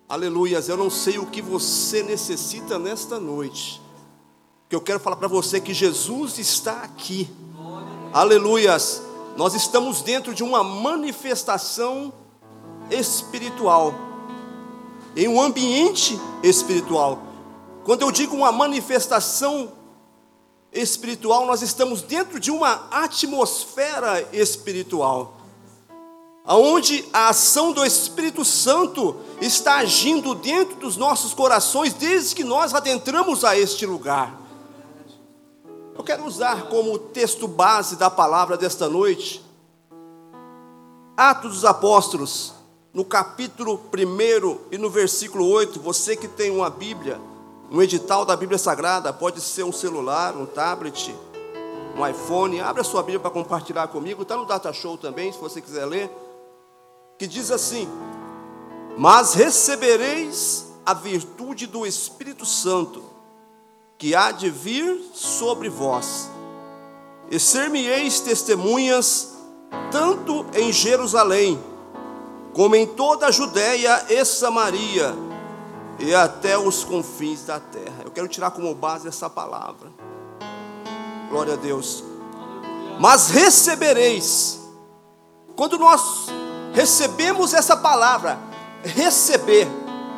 Aleluias, eu não sei o que você necessita nesta noite. O que eu quero falar para você é que Jesus está aqui. Aleluias, nós estamos dentro de uma manifestação espiritual, em um ambiente espiritual. Quando eu digo uma manifestação espiritual, nós estamos dentro de uma atmosfera espiritual, onde a ação do Espírito Santo está agindo dentro dos nossos corações, desde que nós adentramos a este lugar. Eu quero usar como texto base da palavra desta noite, Atos dos Apóstolos, no capítulo 1 e no versículo 8, você que tem uma Bíblia, um edital da Bíblia Sagrada, pode ser um celular, um tablet, um iPhone, abre a sua Bíblia para compartilhar comigo, está no Data Show também, se você quiser ler, que diz assim: mas recebereis a virtude do Espírito Santo, que há de vir sobre vós, e ser-me-eis testemunhas, tanto em Jerusalém, como em toda a Judéia e Samaria, e até os confins da terra. Eu quero tirar como base essa palavra. Glória a Deus. Mas recebereis. Quando nós recebemos essa palavra, receber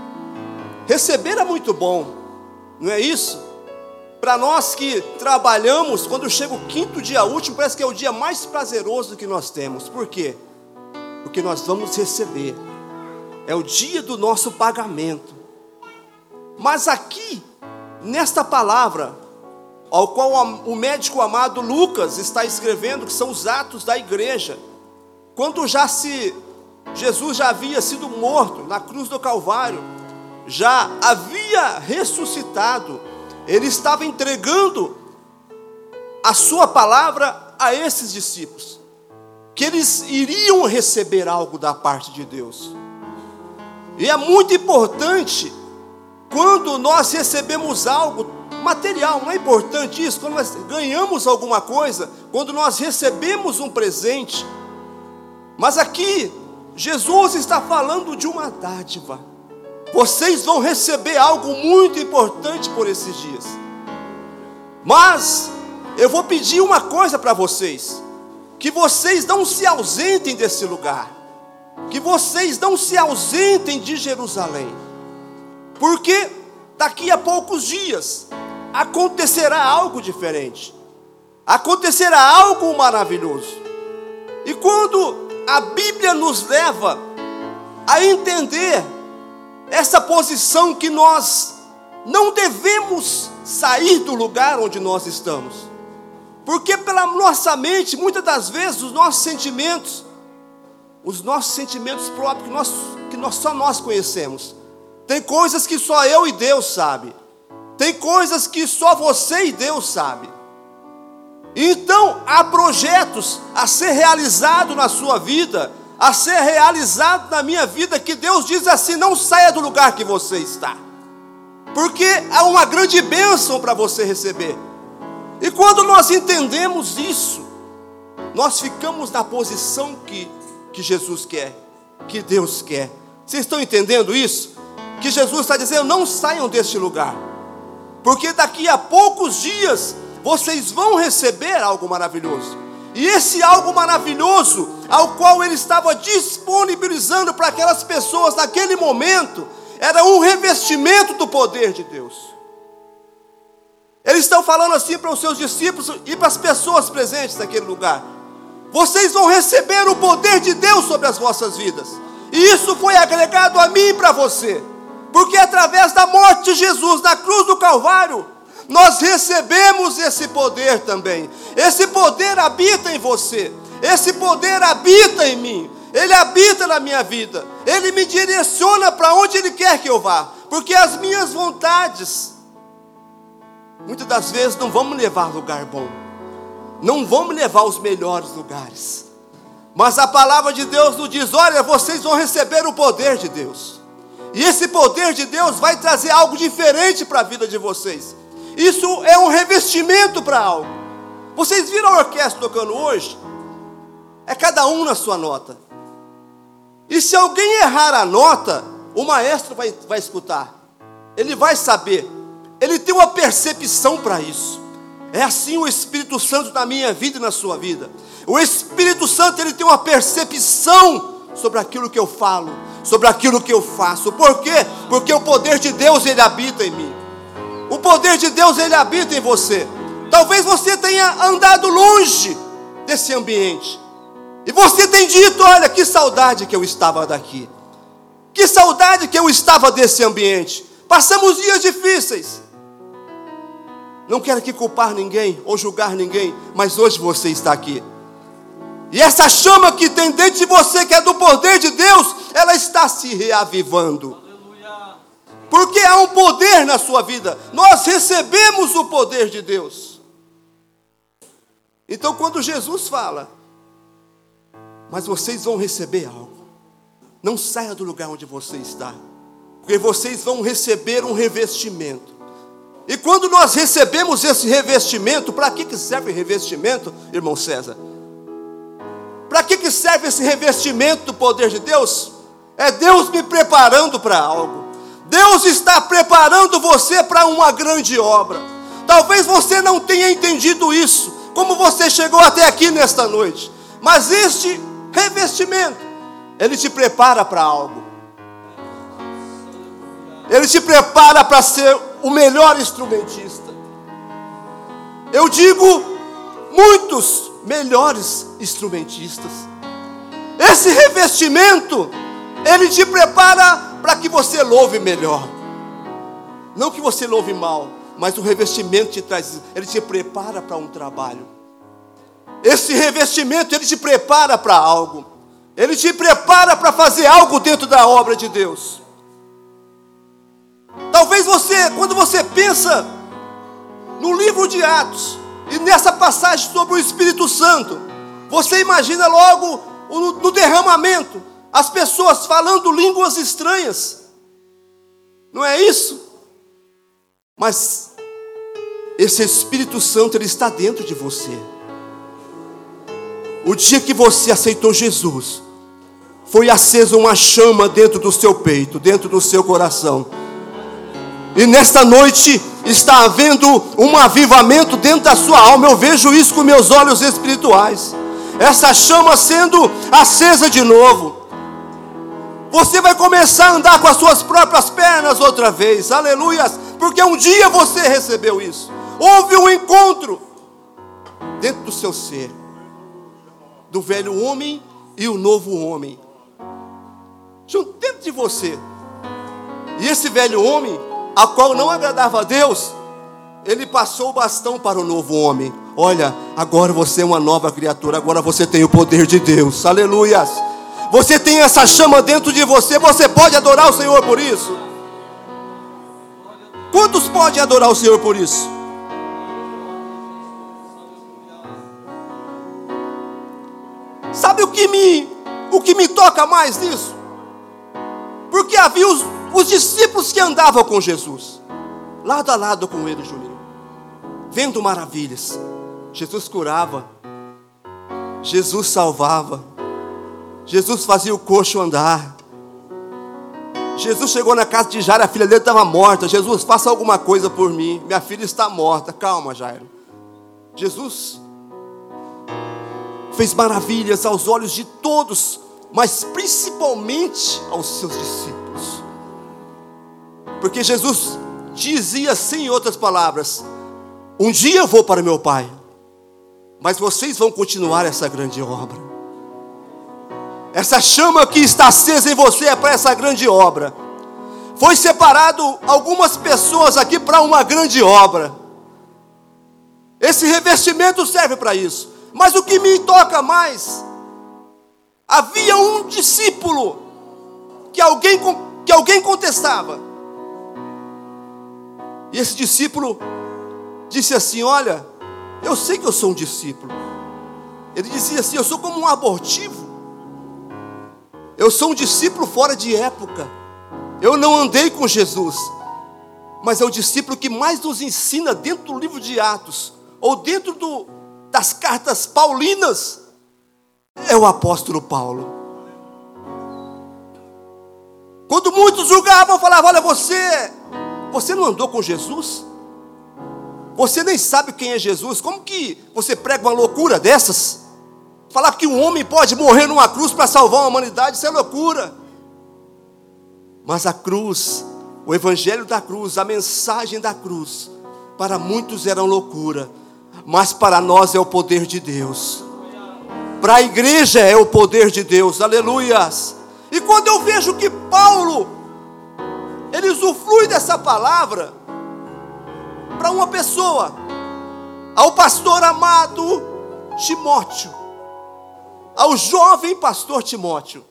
é muito bom, não é isso? Para nós que trabalhamos, quando chega o 5º dia útil, parece que é o dia mais prazeroso que nós temos. Por quê? Porque nós vamos receber. É o dia do nosso pagamento. Mas aqui, nesta palavra, ao qual o médico amado Lucas está escrevendo, que são os atos da igreja, quando Jesus já havia sido morto na cruz do Calvário, já havia ressuscitado, ele estava entregando a sua palavra a esses discípulos, que eles iriam receber algo da parte de Deus. E é muito importante, quando nós recebemos algo material, não é importante isso? Quando nós ganhamos alguma coisa, quando nós recebemos um presente. Mas aqui, Jesus está falando de uma dádiva. Vocês vão receber algo muito importante por esses dias. Mas eu vou pedir uma coisa para vocês: que vocês não se ausentem desse lugar, que vocês não se ausentem de Jerusalém, porque daqui a poucos dias acontecerá algo diferente, acontecerá algo maravilhoso. E quando a Bíblia nos leva a entender essa posição que nós não devemos sair do lugar onde nós estamos, porque pela nossa mente, muitas das vezes, os nossos sentimentos próprios, só nós conhecemos. Tem coisas que só eu e Deus sabe. Tem coisas que só você e Deus sabe. Então, há projetos a ser realizado na sua vida, a ser realizado na minha vida, que Deus diz assim: não saia do lugar que você está, porque há uma grande bênção para você receber. E quando nós entendemos isso, nós ficamos na posição que Jesus quer, que Deus quer. Vocês estão entendendo isso? Que Jesus está dizendo: não saiam deste lugar, porque daqui a poucos dias vocês vão receber algo maravilhoso. E esse algo maravilhoso, ao qual ele estava disponibilizando para aquelas pessoas naquele momento, era um revestimento do poder de Deus. Eles estão falando assim para os seus discípulos e para as pessoas presentes naquele lugar: vocês vão receber o poder de Deus sobre as vossas vidas. E isso foi agregado a mim e para você, porque através da morte de Jesus na cruz do Calvário, nós recebemos esse poder também. Esse poder habita em você, esse poder habita em mim, ele habita na minha vida, ele me direciona para onde ele quer que eu vá, porque as minhas vontades, muitas das vezes, não vão me levar a lugar bom, não vão me levar aos melhores lugares. Mas a palavra de Deus nos diz: olha, vocês vão receber o poder de Deus. E esse poder de Deus vai trazer algo diferente para a vida de vocês. Isso é um revestimento para algo. Vocês viram a orquestra tocando hoje? É cada um na sua nota. E se alguém errar a nota, O maestro vai escutar. Ele vai saber. Ele tem uma percepção para isso. É assim o Espírito Santo na minha vida e na sua vida. O Espírito Santo, ele tem uma percepção sobre aquilo que eu falo, sobre aquilo que eu faço. Por quê? Porque o poder de Deus, ele habita em mim. O poder de Deus, ele habita em você. Talvez você tenha andado longe desse ambiente. E você tem dito, olha, que saudade que eu estava daqui. Que saudade que eu estava desse ambiente. Passamos dias difíceis. Não quero aqui culpar ninguém ou julgar ninguém, mas hoje você está aqui. E essa chama que tem dentro de você, que é do poder de Deus, ela está se reavivando. Porque há um poder na sua vida. Nós recebemos o poder de Deus. Então quando Jesus fala, mas vocês vão receber algo. Não saia do lugar onde você está. Porque vocês vão receber um revestimento. E quando nós recebemos esse revestimento, para que serve o revestimento, irmão César? Para que serve esse revestimento do poder de Deus? É Deus me preparando para algo. Deus está preparando você para uma grande obra. Talvez você não tenha entendido isso, como você chegou até aqui nesta noite. Mas este revestimento, ele te prepara para algo. Ele te prepara para ser o melhor instrumentista. Eu digo, muitos melhores instrumentistas. Esse revestimento, ele te prepara para que você louve melhor. Não que você louve mal, mas o revestimento te traz, ele te prepara para um trabalho. Esse revestimento, ele te prepara para algo. Ele te prepara para fazer algo dentro da obra de Deus. Talvez você, quando você pensa no livro de Atos, e nessa passagem sobre o Espírito Santo, você imagina logo no derramamento, as pessoas falando línguas estranhas. Não é isso? Mas esse Espírito Santo, ele está dentro de você. O dia que você aceitou Jesus, foi acesa uma chama dentro do seu peito, dentro do seu coração. E nesta noite está havendo um avivamento dentro da sua alma. Eu vejo isso com meus olhos espirituais. Essa chama sendo acesa de novo. Você vai começar a andar com as suas próprias pernas outra vez. Aleluias. Porque um dia você recebeu isso. Houve um encontro dentro do seu ser, do velho homem e o novo homem, junto dentro de você. E esse velho homem, a qual não agradava a Deus, ele passou o bastão para o novo homem. Olha, agora você é uma nova criatura, agora você tem o poder de Deus. Aleluias. Você tem essa chama dentro de você. Você pode adorar o Senhor por isso? Quantos podem adorar o Senhor por isso? Sabe o que me toca mais nisso? Porque havia os discípulos que andavam com Jesus, lado a lado com ele, Juninho, vendo maravilhas. Jesus curava, Jesus salvava, Jesus fazia o coxo andar. Jesus chegou na casa de Jairo, a filha dele estava morta. Jesus, faça alguma coisa por mim, minha filha está morta. Calma, Jairo. Jesus fez maravilhas aos olhos de todos, mas principalmente aos seus discípulos. Porque Jesus dizia assim, em outras palavras: um dia eu vou para meu Pai, mas vocês vão continuar essa grande obra. Essa chama que está acesa em você é para essa grande obra. Foi separado algumas pessoas aqui para uma grande obra. Esse revestimento serve para isso. Mas o que me toca mais, havia um discípulo que alguém contestava. E esse discípulo disse assim: olha, eu sei que eu sou um discípulo. Ele dizia assim: eu sou como um abortivo. Eu sou um discípulo fora de época. Eu não andei com Jesus. Mas é o discípulo que mais nos ensina dentro do livro de Atos, ou dentro das cartas paulinas, é o apóstolo Paulo. Quando muitos julgavam, falavam: olha, você não andou com Jesus? Você nem sabe quem é Jesus. Como que você prega uma loucura dessas? Falar que um homem pode morrer numa cruz para salvar a humanidade, isso é loucura. Mas a cruz, o evangelho da cruz, a mensagem da cruz, para muitos era loucura, mas para nós é o poder de Deus. Para a igreja é o poder de Deus, aleluias. E quando eu vejo que Paulo, ele usufrui dessa palavra para uma pessoa, ao pastor amado Timóteo, ao jovem pastor Timóteo.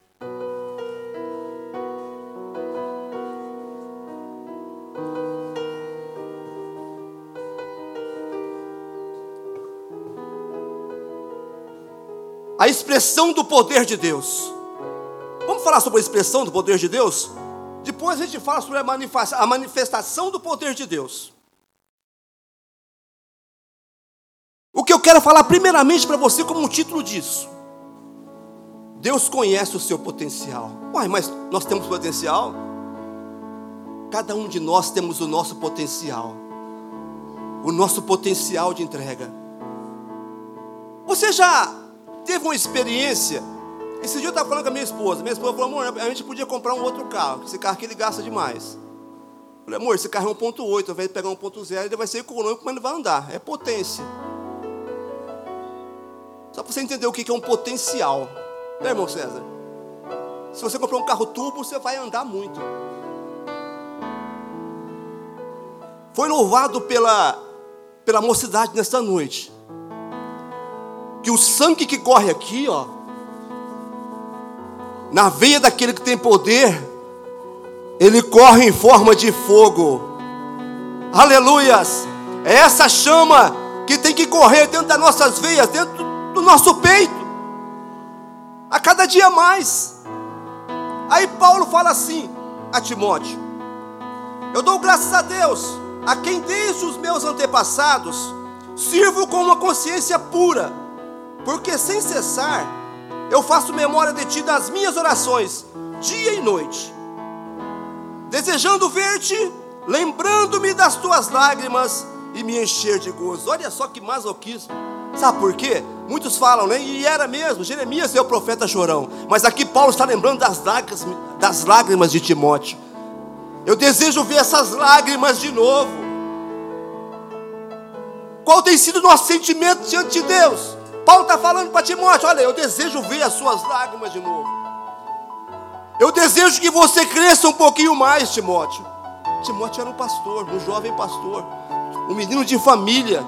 A expressão do poder de Deus. Vamos falar sobre a expressão do poder de Deus? Depois a gente fala sobre a manifestação do poder de Deus. O que eu quero falar primeiramente para você como um título disso: Deus conhece o seu potencial. Uai, mas nós temos potencial? Cada um de nós temos o nosso potencial. O nosso potencial de entrega. Você já teve uma experiência? Esse dia eu estava falando com a minha esposa. Minha esposa falou: amor, a gente podia comprar um outro carro. Esse carro aqui ele gasta demais. Eu falei: amor, esse carro é 1.8. Ao invés de pegar 1.0, ele vai ser econômico, mas não vai andar. É potência. Só para você entender o que é um potencial, né, irmão César? Se você comprar um carro turbo, você vai andar muito. Foi louvado pela mocidade nesta noite, que o sangue que corre aqui, ó, na veia daquele que tem poder, ele corre em forma de fogo. Aleluias! É essa chama que tem que correr dentro das nossas veias, dentro do nosso peito, a cada dia mais. Aí Paulo fala assim a Timóteo: eu dou graças a Deus, a quem desde os meus antepassados sirvo com uma consciência pura, porque sem cessar eu faço memória de ti nas minhas orações, dia e noite, desejando ver-te, lembrando-me das tuas lágrimas e me encher de gozo. Olha só que masoquismo. Sabe por quê? Muitos falam, né? E era mesmo, Jeremias é o profeta chorão. Mas aqui Paulo está lembrando das lágrimas de Timóteo. Eu desejo ver essas lágrimas de novo. Qual tem sido o nosso sentimento diante de Deus? Paulo está falando para Timóteo: olha, eu desejo ver as suas lágrimas de novo. Eu desejo que você cresça um pouquinho mais, Timóteo. Timóteo era um pastor, um jovem pastor, um menino de família,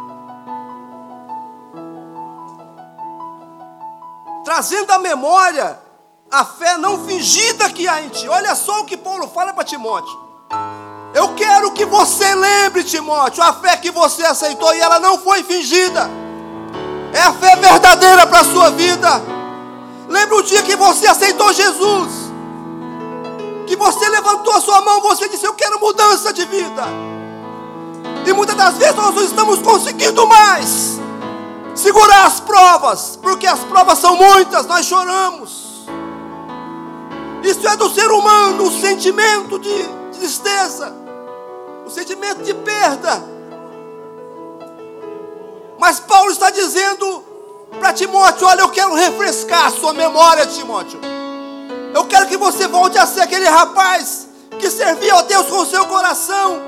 trazendo à memória a fé não fingida que há em ti. Olha só o que Paulo fala para Timóteo: eu quero que você lembre, Timóteo, a fé que você aceitou e ela não foi fingida. É a fé verdadeira para a sua vida. Lembra o dia que você aceitou Jesus, que você levantou a sua mão, você disse: eu quero mudança de vida. E muitas das vezes nós não estamos conseguindo mais segurar as provas, porque as provas são muitas, nós choramos. Isso é do ser humano, o sentimento de tristeza, o sentimento de perda. Mas Paulo está dizendo para Timóteo: olha, eu quero refrescar a sua memória, Timóteo. Eu quero que você volte a ser aquele rapaz que servia a Deus com o seu coração.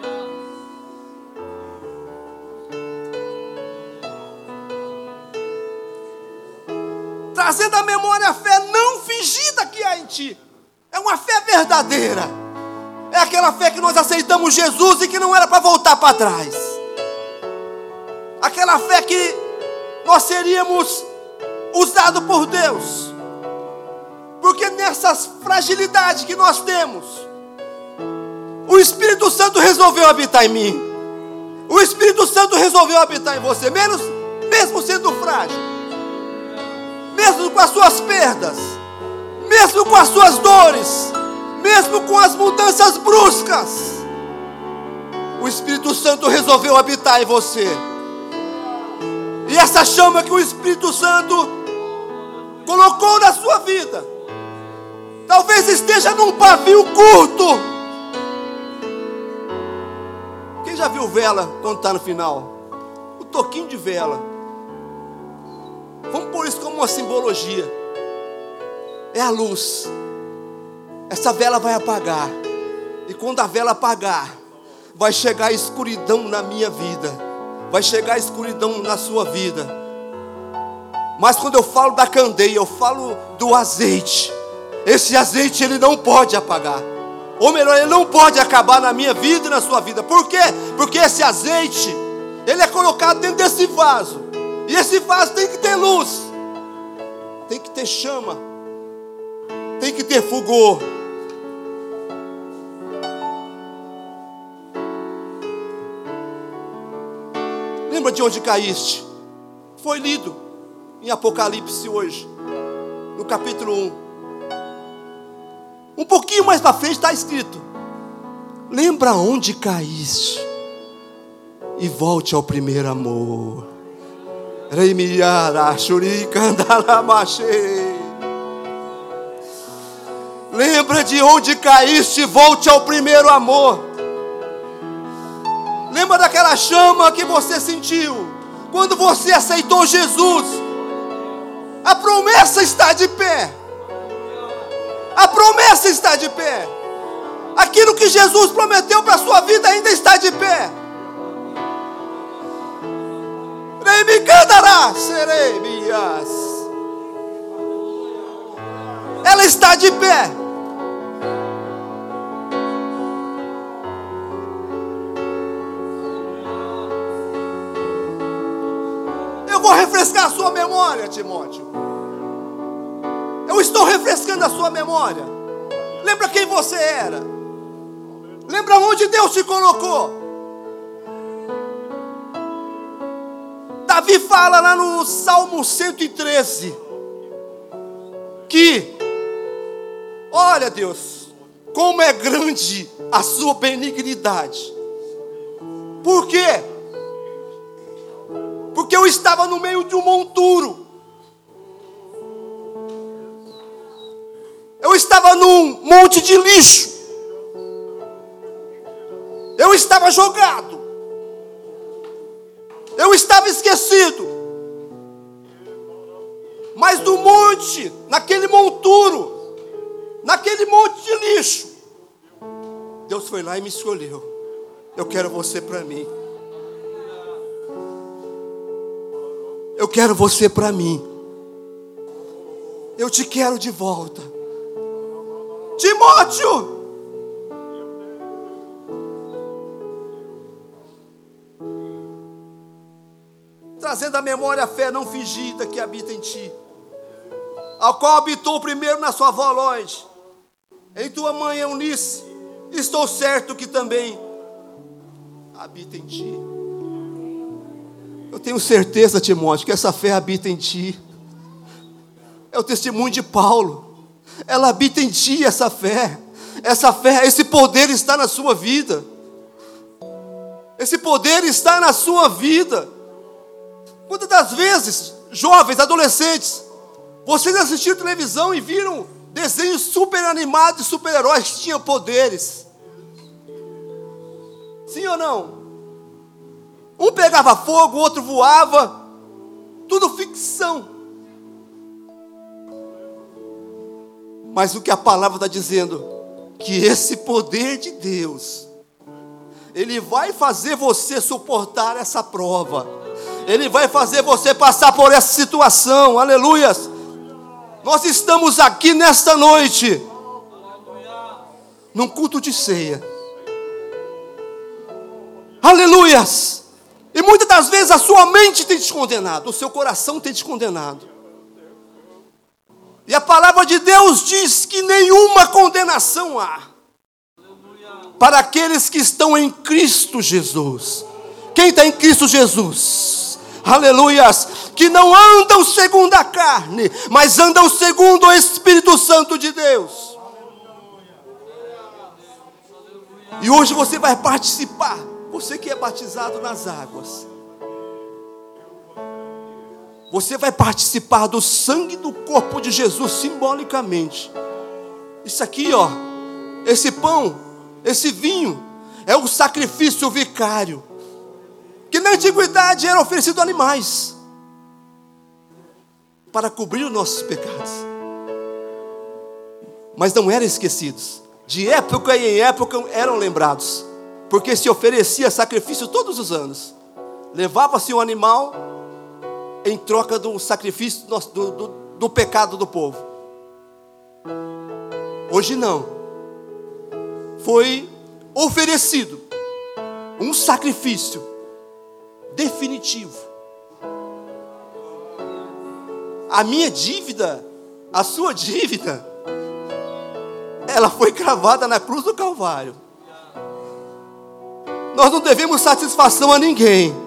Trazendo à memória a fé não fingida que há em ti. É uma fé verdadeira. É aquela fé que nós aceitamos Jesus e que não era para voltar para trás. Aquela fé que nós seríamos usados por Deus. Porque nessas fragilidades que nós temos, o Espírito Santo resolveu habitar em mim. O Espírito Santo resolveu habitar em você, mesmo sendo frágil, mesmo com as suas perdas, mesmo com as suas dores, mesmo com as mudanças bruscas. O Espírito Santo resolveu habitar em você. E essa chama que o Espírito Santo colocou na sua vida, Talvez esteja num pavio curto. Quem já viu vela quando está no final? O toquinho de vela. Vamos pôr isso como uma simbologia. É a luz. Essa vela vai apagar. E quando a vela apagar, vai chegar a escuridão na minha vida. Vai chegar a escuridão na sua vida. Mas quando eu falo da candeia, eu falo do azeite. Esse azeite ele não pode apagar. Ou melhor, ele não pode acabar na minha vida e na sua vida. Por quê? Porque esse azeite, ele é colocado dentro desse vaso. E esse vaso tem que ter luz. Tem que ter chama. Tem que ter fulgor. Lembra de onde caíste? Foi lido em Apocalipse hoje, no capítulo 1. Um pouquinho mais para frente está escrito: lembra onde caíste e volte ao primeiro amor. Lembra de onde caíste e volte ao primeiro amor. Lembra daquela chama que você sentiu quando você aceitou Jesus? A promessa está de pé. A promessa está de pé. Aquilo que Jesus prometeu para a sua vida ainda está de pé. Ela está de pé. Eu vou refrescar a sua memória, Timóteo. Eu estou refrescando a sua memória. Lembra quem você era. Lembra onde Deus te colocou. Davi fala lá no Salmo 113 que, olha Deus, como é grande a sua benignidade. Por quê? Porque eu estava no meio de um monturo. Eu estava num monte de lixo. Eu estava jogado. Eu estava esquecido. Mas no monte, naquele monturo, naquele monte de lixo, Deus foi lá e me escolheu. Eu quero você para mim. Eu quero você para mim. Eu te quero de volta. Timóteo! Trazendo à memória a fé não fingida que habita em ti, ao qual habitou primeiro na sua avó Loide, em tua mãe Eunice, estou certo que também habita em ti. Eu tenho certeza, Timóteo, que essa fé habita em ti. É o testemunho de Paulo. Ela habita em ti, essa fé. Essa fé, esse poder está na sua vida. Esse poder está na sua vida. Quantas das vezes, jovens, adolescentes, vocês assistiram televisão e viram desenhos super animados de super-heróis que tinham poderes? Sim ou não? Um pegava fogo, o outro voava. Tudo ficção. Mas o que a palavra está dizendo? Que esse poder de Deus, Ele vai fazer você suportar essa prova. Ele vai fazer você passar por essa situação. Aleluias. Nós estamos aqui nesta noite, num culto de ceia. Aleluias. E muitas das vezes a sua mente tem te condenado, o seu coração tem te condenado. E a palavra de Deus diz que nenhuma condenação há para aqueles que estão em Cristo Jesus. Quem está em Cristo Jesus? Aleluias. Que não andam segundo a carne, mas andam segundo o Espírito Santo de Deus. E hoje você vai participar. Você que é batizado nas águas, você vai participar do sangue do corpo de Jesus simbolicamente. Isso aqui, ó, esse pão, esse vinho, é o sacrifício vicário, que na antiguidade era oferecido a animais, para cobrir os nossos pecados. Mas não eram esquecidos. De época em época eram lembrados, porque se oferecia sacrifício todos os anos. Levava-se um animal em troca do sacrifício do pecado do povo. Hoje não. Foi oferecido um sacrifício definitivo. A minha dívida, a sua dívida, ela foi cravada na cruz do Calvário. Nós não devemos satisfação a ninguém.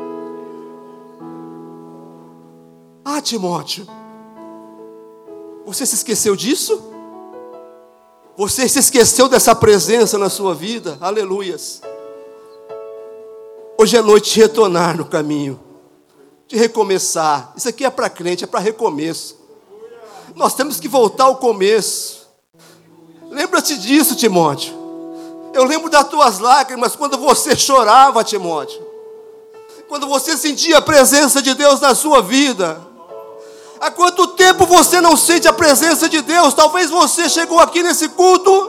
Ah, Timóteo, você se esqueceu disso? Você se esqueceu dessa presença na sua vida? Aleluias. Hoje é noite de retornar no caminho, de recomeçar. Isso aqui é para crente, é para recomeço. Nós temos que voltar ao começo. Lembra-te disso, Timóteo. Eu lembro das tuas lágrimas quando você chorava, Timóteo. Quando você sentia a presença de Deus na sua vida. Há quanto tempo você não sente a presença de Deus? Talvez você chegou aqui nesse culto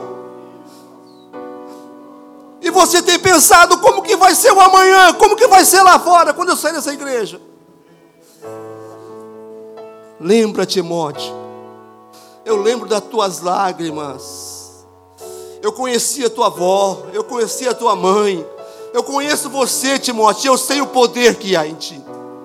e você tem pensado como que vai ser o amanhã, como que vai ser lá fora quando eu sair dessa igreja. Lembra, Timóteo, eu lembro das tuas lágrimas. Eu conheci a tua avó, eu conheci a tua mãe, eu conheço você, Timóteo, eu sei o poder que há em ti.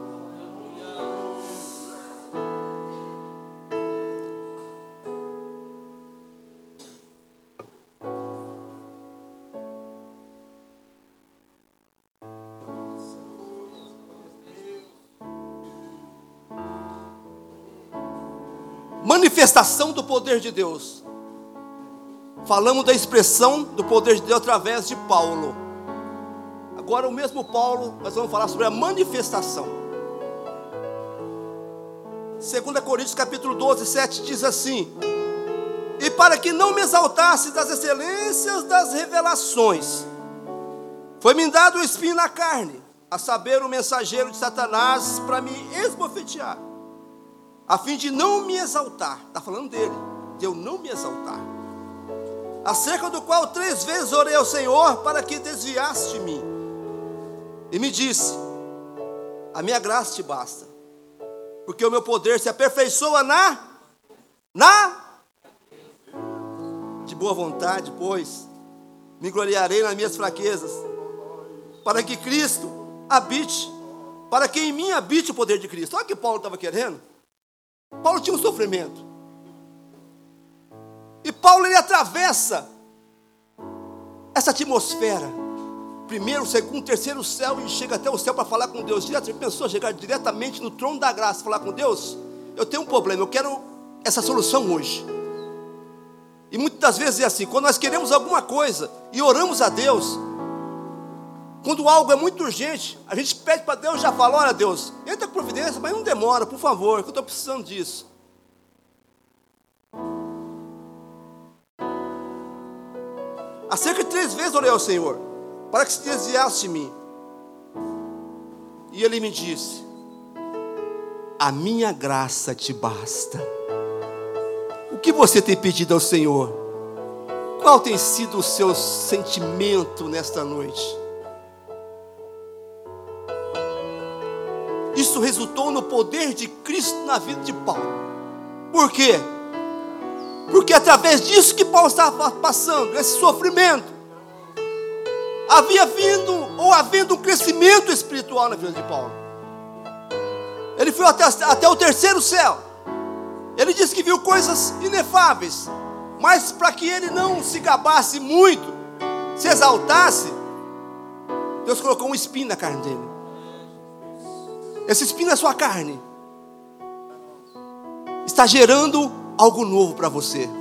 Manifestação do poder de Deus. Falamos da expressão do poder de Deus através de Paulo. Agora o mesmo Paulo, nós vamos falar sobre a manifestação. 2 Coríntios capítulo 12, 7 diz assim: e para que não me exaltasse das excelências das revelações, foi-me dado o espinho na carne, a saber, o mensageiro de Satanás, para me esbofetear, a fim de não me exaltar. Está falando dele, de eu não me exaltar. Acerca do qual 3 vezes orei ao Senhor para que desviasse de mim. E me disse: a minha graça te basta, porque o meu poder se aperfeiçoa de boa vontade, pois me gloriarei nas minhas fraquezas, para que Cristo habite, para que em mim habite o poder de Cristo. Olha o que Paulo estava querendo. Paulo tinha um sofrimento. E Paulo, ele atravessa essa atmosfera. Primeiro, segundo, terceiro céu, e chega até o céu para falar com Deus. Você pensou chegar diretamente no trono da graça, falar com Deus? Eu tenho um problema, eu quero essa solução hoje. E muitas das vezes é assim, quando nós queremos alguma coisa e oramos a Deus, quando algo é muito urgente, a gente pede para Deus, já fala: olha Deus, entra com providência, mas não demora, por favor, que eu estou precisando disso. Acerca de 3 vezes orei ao Senhor, para que se desviasse de mim. E Ele me disse: a minha graça te basta. O que você tem pedido ao Senhor? Qual tem sido o seu sentimento nesta noite? Isso resultou no poder de Cristo na vida de Paulo. Por quê? Porque através disso que Paulo estava passando, esse sofrimento, havia havendo um crescimento espiritual na vida de Paulo. Ele foi até o terceiro céu. Ele disse que viu coisas inefáveis, mas para que ele não se gabasse muito, se exaltasse, Deus colocou um espinho na carne dele. Esse espinho na sua carne está gerando algo novo para você.